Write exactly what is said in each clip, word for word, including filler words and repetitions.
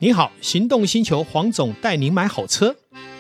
你好，行动星球黄总带您买好车。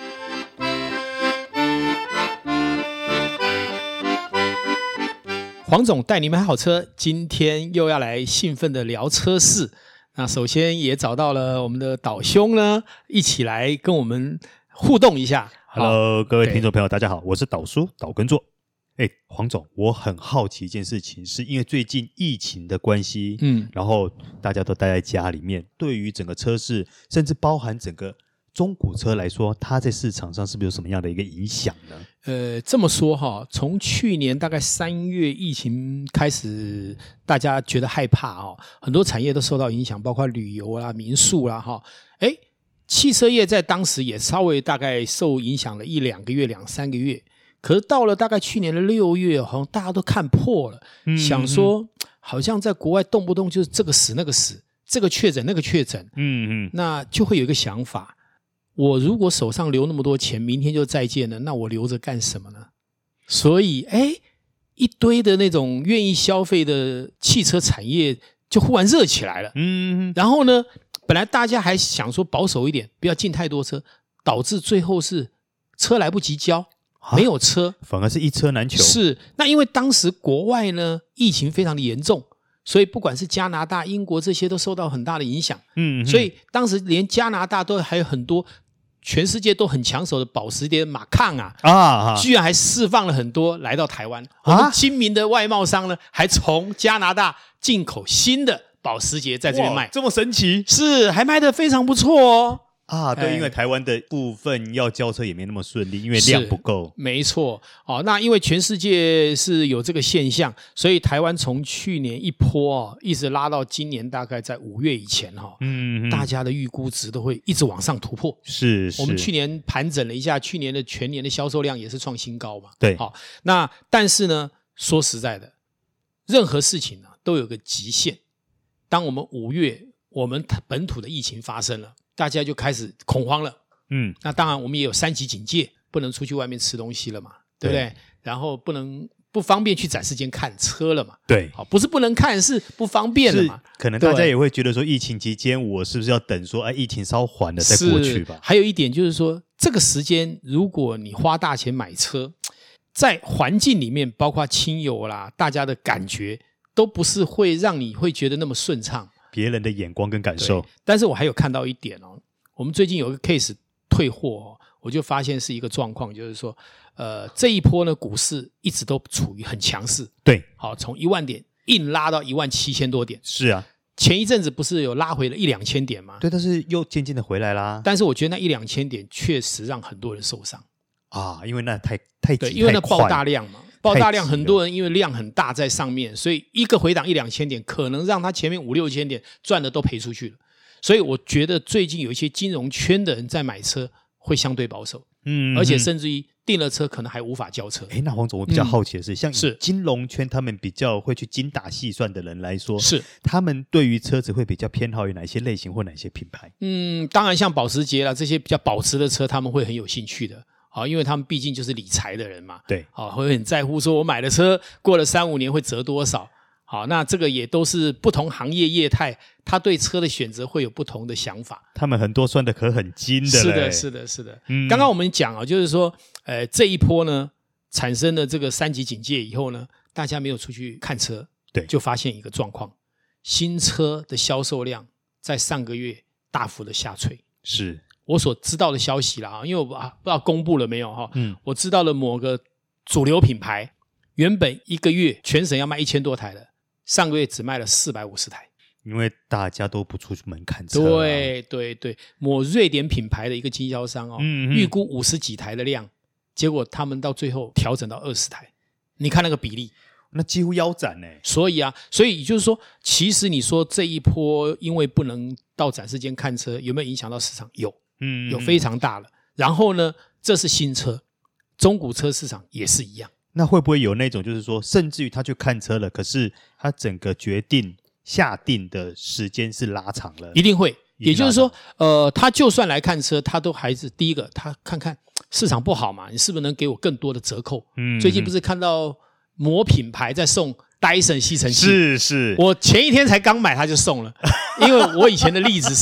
黄总带您买好车，今天又要来兴奋的聊车事。那首先也找到了我们的导兄呢，一起来跟我们互动一下。 Hello， 各位听众朋友，大家好，我是导叔导根座。哎，黄总，我很好奇一件事情，是因为最近疫情的关系，嗯，然后大家都待在家里面，对于整个车市，甚至包含整个中古车来说，它在市场上是不是有什么样的一个影响呢？ 呃，这么说哈，从去年大概三月疫情开始，大家觉得害怕哦，很多产业都受到影响，包括旅游啦、民宿啦哈。哎，汽车业在当时也稍微大概受影响了一两个月、两三个月。可是到了大概去年的六月，好像大家都看破了，嗯、想说好像在国外动不动就是这个死那个死，这个确诊那个确诊，嗯嗯，那就会有一个想法，我如果手上留那么多钱，明天就再见了，那我留着干什么呢？所以，哎，一堆的那种愿意消费的汽车产业就忽然热起来了，嗯，然后呢，本来大家还想说保守一点，不要进太多车，导致最后是车来不及交。没有车， 反而是一车难求。 是，那因为当时国外呢疫情非常的严重，所以不管是加拿大、英国这些都受到很大的影响。嗯，所以当时连加拿大都还有很多全世界都很抢手的保时捷马抗啊，啊居然还释放了很多来到台湾。啊、我们精明的外贸商呢，还从加拿大进口新的保时捷在这边卖， 这么神奇？ 是，还卖得非常不错哦。 啊，对，因为台湾的部分要交车也没那么顺利，因为量不够。 没错，哦，那因为全世界是有这个现象，所以台湾从去年一波哦，一直拉到今年大概在五月以前哈、哦，嗯，大家的预估值都会一直往上突破。 是，是我们去年盘整了一下，去年的全年的销售量也是创新高嘛。 对， 好，那但是呢，说实在的，任何事情呢都有个极限。当我们五月我们本土的疫情发生了。大家就开始恐慌了，嗯，那当然我们也有三级警戒，不能出去外面吃东西了嘛，对不对？对，然后不能不方便去展示间看车了嘛， 对， 好，不是不能看，是不方便了嘛。 可能大家也会觉得说，疫情期间我是不是要等说，哎，疫情稍缓了再过去吧？ 还有一点就是说，这个时间如果你花大钱买车，在环境里面，包括亲友啦，大家的感觉都不是会让你会觉得那么顺畅。 别人的眼光跟感受， 但是我还有看到一点哦，我们最近有一个 case 退货、哦，我就发现是一个状况，就是说，呃，这一波呢，股市一直都处于很强势， 对， 好，从一万点硬拉到一万七千多点， 是啊， 前一阵子不是有拉回了一两千点吗？ 对，但是又渐渐的回来啦。 但是我觉得那一两千点确实让很多人受伤啊，因为那太太对，因为那爆大量嘛。爆大量，很多人因为量很大在上面，所以一个回档一两千点，可能让他前面五六千点赚的都赔出去了。所以我觉得最近有一些金融圈的人在买车会相对保守，嗯，而且甚至于订了车可能还无法交车。 哎，那黄总，我比较好奇的是，嗯、像是金融圈他们比较会去精打细算的人来说， 是他们对于车子会比较偏好于哪些类型或哪些品牌？ 嗯，当然像保时捷啦这些比较保值的车，他们会很有兴趣的。好，因为他们毕竟就是理财的人嘛， 对， 好，会很在乎说我买的车过了三五年会折多少。好，那这个也都是不同行业业态，他对车的选择会有不同的想法。 他们很多算的可很精的， 是的，是的，是的。嗯，刚刚我们讲啊，就是说，呃，这一波呢产生了这个三级警戒以后呢，大家没有出去看车， 对， 就发现一个状况，新车的销售量在上个月大幅的下垂， 是。 我所知道的消息啦，因为我、啊、不知道公布了没有哈、嗯，我知道了某个主流品牌原本一个月全省要卖一千多台的，上个月只卖了四百五十台， 因为大家都不出门看车、啊。 对对对，某瑞典品牌的一个经销商哦，嗯嗯预估五十几台的量，结果他们到最后调整到二十台，你看那个比例。 那几乎腰斩欸。 所以啊，所以就是说，其实你说这一波因为不能到展示间看车，有没有影响到市场？有。嗯，有非常大了。然后呢，这是新车，中古车市场也是一样。 那会不会有那种就是说，甚至于他去看车了，可是他整个决定下定的时间是拉长了？ 一定会。也就是说，呃，他就算来看车，他都还是第一个，他看看市场不好嘛，你是不是能给我更多的折扣？嗯，最近不是看到某品牌在送Dyson 吸尘器？ 是是， 我前一天才刚买，他就送了。因为我以前的例子是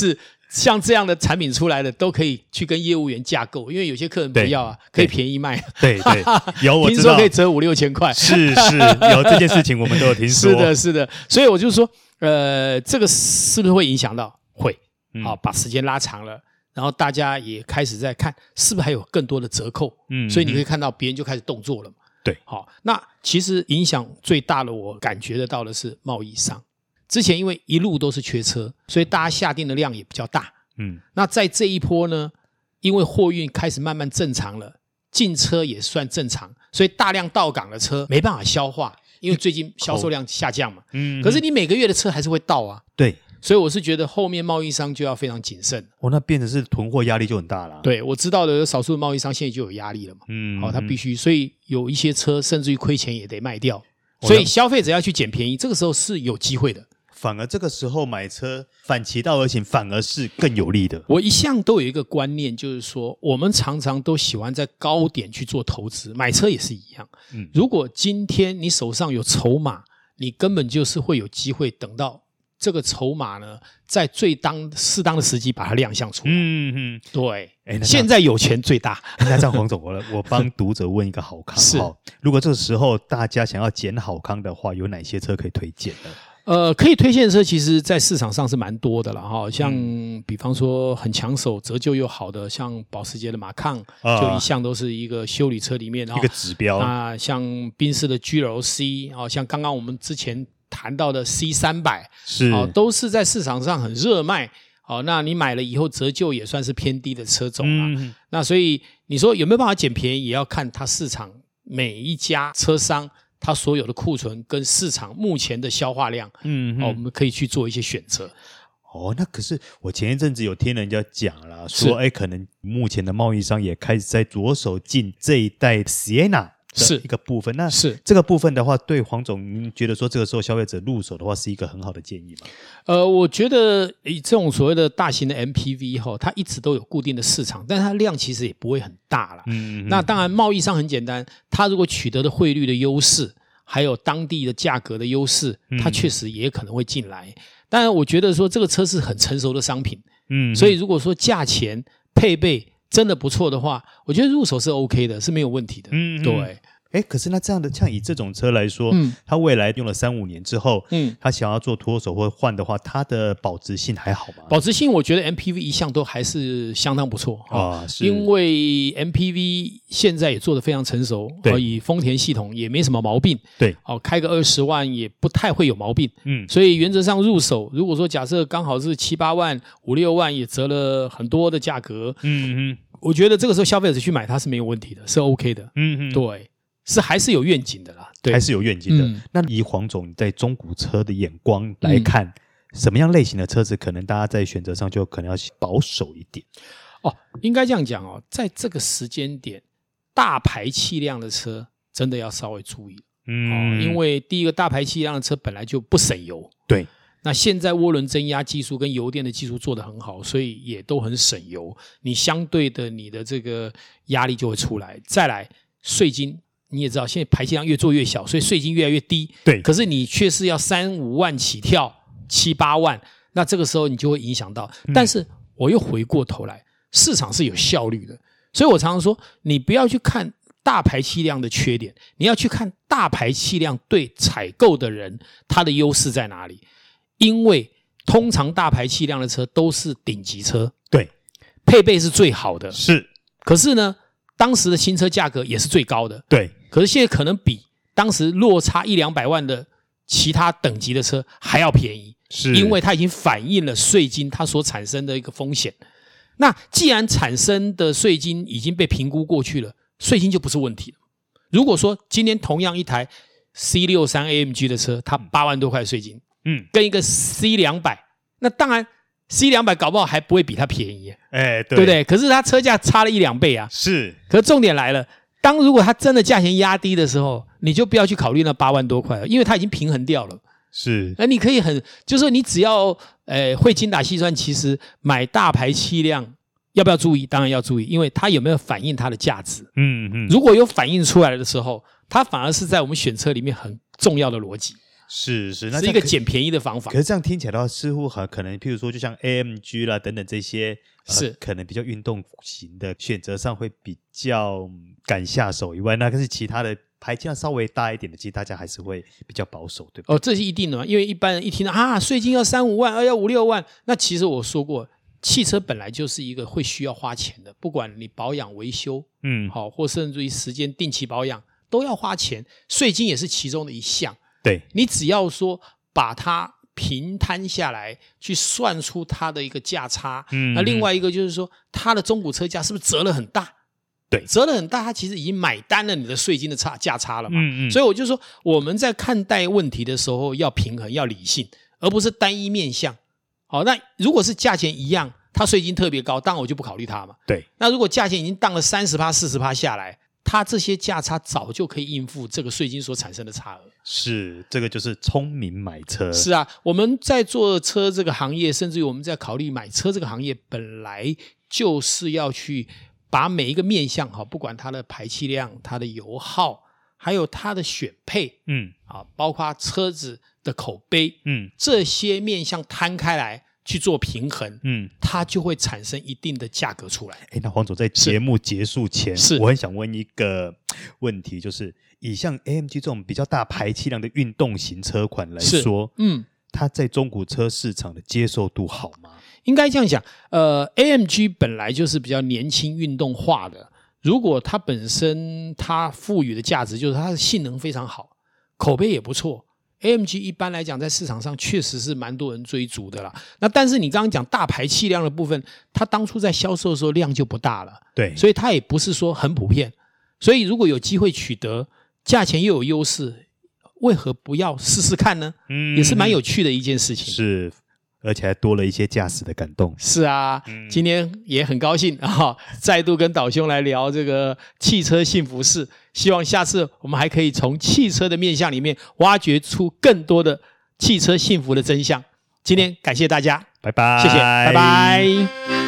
像这样的产品出来的，都可以去跟业务员架构，因为有些客人不要啊，可以便宜卖。 对对，有我知道， 听说可以折五六千块。 是是，有这件事情我们都有听说。 是的，是的，所以我就说，呃，这个是不是会影响到？会，好、嗯，把时间拉长了。然后大家也开始在看，是不是还有更多的折扣？嗯，所以你可以看到别人就开始动作了嘛。 对， 好，那其实影响最大的，我感觉得到的是贸易商。之前因为一路都是缺车，所以大家下定的量也比较大。嗯，那在这一波呢，因为货运开始慢慢正常了，进车也算正常，所以大量到港的车没办法消化，因为最近销售量下降嘛。嗯，可是你每个月的车还是会到啊。 对。 所以我是觉得后面贸易商就要非常谨慎。 哦，那变成是囤货压力就很大了。 对，我知道的有少数的贸易商现在就有压力了嘛。嗯，好、哦，他必须，所以有一些车甚至于亏钱也得卖掉。所以消费者要去捡便宜，这个时候是有机会的。 反而这个时候买车反其道而行，反而是更有利的。 我一向都有一个观念，就是说我们常常都喜欢在高点去做投资，买车也是一样。嗯，如果今天你手上有筹码，你根本就是会有机会等到这个筹码呢，在最当适当的时机把它亮相出来。嗯嗯，对。欸、现在有钱最大。 那这样黄总，我我帮读者问一个好康。是，如果这个时候大家想要捡好康的话，有哪些车可以推荐呢？ 呃，可以推荐的车，其实在市场上是蛮多的了哈。像、嗯、比方说很抢手、折旧又好的，像保时捷的马抗、啊，就一向都是一个修理车里面一个指标。 啊，像宾士的 G L C 啊，像刚刚我们之前谈到的 C 三百 是、哦、都是在市场上很热卖。好、哦，那你买了以后折旧也算是偏低的车种啊。嗯、那所以你说有没有办法捡便宜，也要看它市场每一家车商它所有的库存跟市场目前的消化量。嗯、哦，我们可以去做一些选择。 哦，那可是我前一阵子有听人家讲啦，说哎，可能目前的贸易商也开始在着手进这一代 Sienna。是一个部分，那是这个部分的话，对黄总，您觉得说这个时候消费者入手的话，是一个很好的建议吗？ 呃，我觉得以这种所谓的大型的 M P V 哈，它一直都有固定的市场，但是它量其实也不会很大啦。嗯，那当然贸易商很简单，它如果取得的汇率的优势，还有当地的价格的优势，它确实也可能会进来。当然，我觉得说这个车是很成熟的商品，嗯，所以如果说价钱配备真的不错的话，我觉得入手是 OK 的，是没有问题的。嗯，对。 哎，可是那这样的，像以这种车来说，嗯，它未来用了三五年之后，嗯，它想要做脱手或换的话，它的保值性还好吗？ 保值性，我觉得 M P V 一向都还是相当不错啊，是因为 M P V 现在也做得非常成熟，对，以丰田系统也没什么毛病，对，哦，开个二十万也不太会有毛病，嗯，所以原则上入手，如果说假设刚好是七八万、五六万，也折了很多的价格，嗯嗯，我觉得这个时候消费者去买它是没有问题的，是 OK 的，嗯嗯，对。是还是有愿景的啦，对， 还是有愿景的。嗯、那以黄总在中古车的眼光来看、嗯，什么样类型的车子可能大家在选择上就可能要保守一点？ 哦，应该这样讲哦，在这个时间点，大排气量的车真的要稍微注意，嗯、哦，因为第一个大排气量的车本来就不省油， 对。 那现在涡轮增压技术跟油电的技术做得很好，所以也都很省油，你相对的你的这个压力就会出来。再来，税金。你也知道，现在排气量越做越小，所以税金越来越低。对，可是你却是要三五万起跳，七八万，那这个时候你就会影响到。嗯、但是我又回过头来，市场是有效率的，所以我常常说，你不要去看大排气量的缺点，你要去看大排气量对采购的人他的优势在哪里。因为通常大排气量的车都是顶级车，对，配备是最好的，是。可是呢，当时的新车价格也是最高的，对。可是现在可能比当时落差一两百万的其他等级的车还要便宜，是因为它已经反映了税金它所产生的一个风险。那既然产生的税金已经被评估过去了，税金就不是问题了。如果说今天同样一台 C 六十三 A M G 的车，它八万多块税金，嗯，跟一个 C 两百，那当然 C 两百搞不好还不会比它便宜，哎，对，对不对？可是它车价差了一两倍啊，是。可是重点来了。当如果它真的价钱压低的时候，你就不要去考虑那八万多块了，因为它已经平衡掉了。是，而你可以很，就是说你只要呃会精打细算，其实买大排气量要不要注意？当然要注意，因为它有没有反映它的价值。嗯嗯，如果有反映出来的时候，它反而是在我们选车里面很重要的逻辑。 是是，那是一个捡便宜的方法。 可是这样听起来的话，似乎很可能，譬如说，就像 A M G 啦等等这些， 是、 呃、可能比较运动型的选择上会比较敢下手以外，那可是其他的排气量稍微大一点的，其实大家还是会比较保守，对不对？ 哦，这是一定的嘛，因为一般人一听到啊，税金要三五万，啊要五六万，那其实我说过。汽车本来就是一个会需要花钱的，不管你保养维修，嗯，好，或甚至于时间定期保养都要花钱，税金也是其中的一项。 对， 你只要说把它平摊下来，去算出它的一个价差，嗯，那另外一个就是说，它的中古车价是不是折了很大？ 对， 折了很大，它其实已经买单了你的税金的差价差了嘛。 嗯嗯， 所以我就说，我们在看待问题的时候要平衡，要理性，而不是单一面向。好，那如果是价钱一样，它税金特别高，当然我就不考虑它嘛。 对， 那如果价钱已经降了 百分之三十、百分之四十 下来，它这些价差早就可以应付这个税金所产生的差额。 是，这个就是聪明买车。 是啊，我们在做车这个行业，甚至于我们在考虑买车这个行业，本来就是要去把每一个面向，不管它的排气量、它的油耗，还有它的选配，嗯，啊，包括车子的口碑，嗯，这些面向摊开来去做平衡，嗯，它就会产生一定的价格出来。 哎，那黄总在节目结束前， 是我很想问一个问题，就是以像 A M G 这种比较大排气量的运动型车款来说，嗯，它在中古车市场的接受度好吗？ 应该这样讲，呃 ，A M G 本来就是比较年轻运动化的，如果它本身它赋予的价值就是它的性能非常好，口碑也不错。A M G 一般来讲在市场上确实是蛮多人追逐的啦。那但是你刚刚讲大排气量的部分，它当初在销售的时候量就不大了， 对， 所以它也不是说很普遍。所以如果有机会取得，价钱又有优势，为何不要试试看呢？嗯，也是蛮有趣的一件事情。 是，而且还多了一些驾驶的感动。 是啊，嗯、今天也很高兴啊，再度跟导兄来聊这个汽车幸福事。希望下次我们还可以从汽车的面向里面挖掘出更多的汽车幸福的真相。今天感谢大家， 拜拜， 谢谢，拜拜。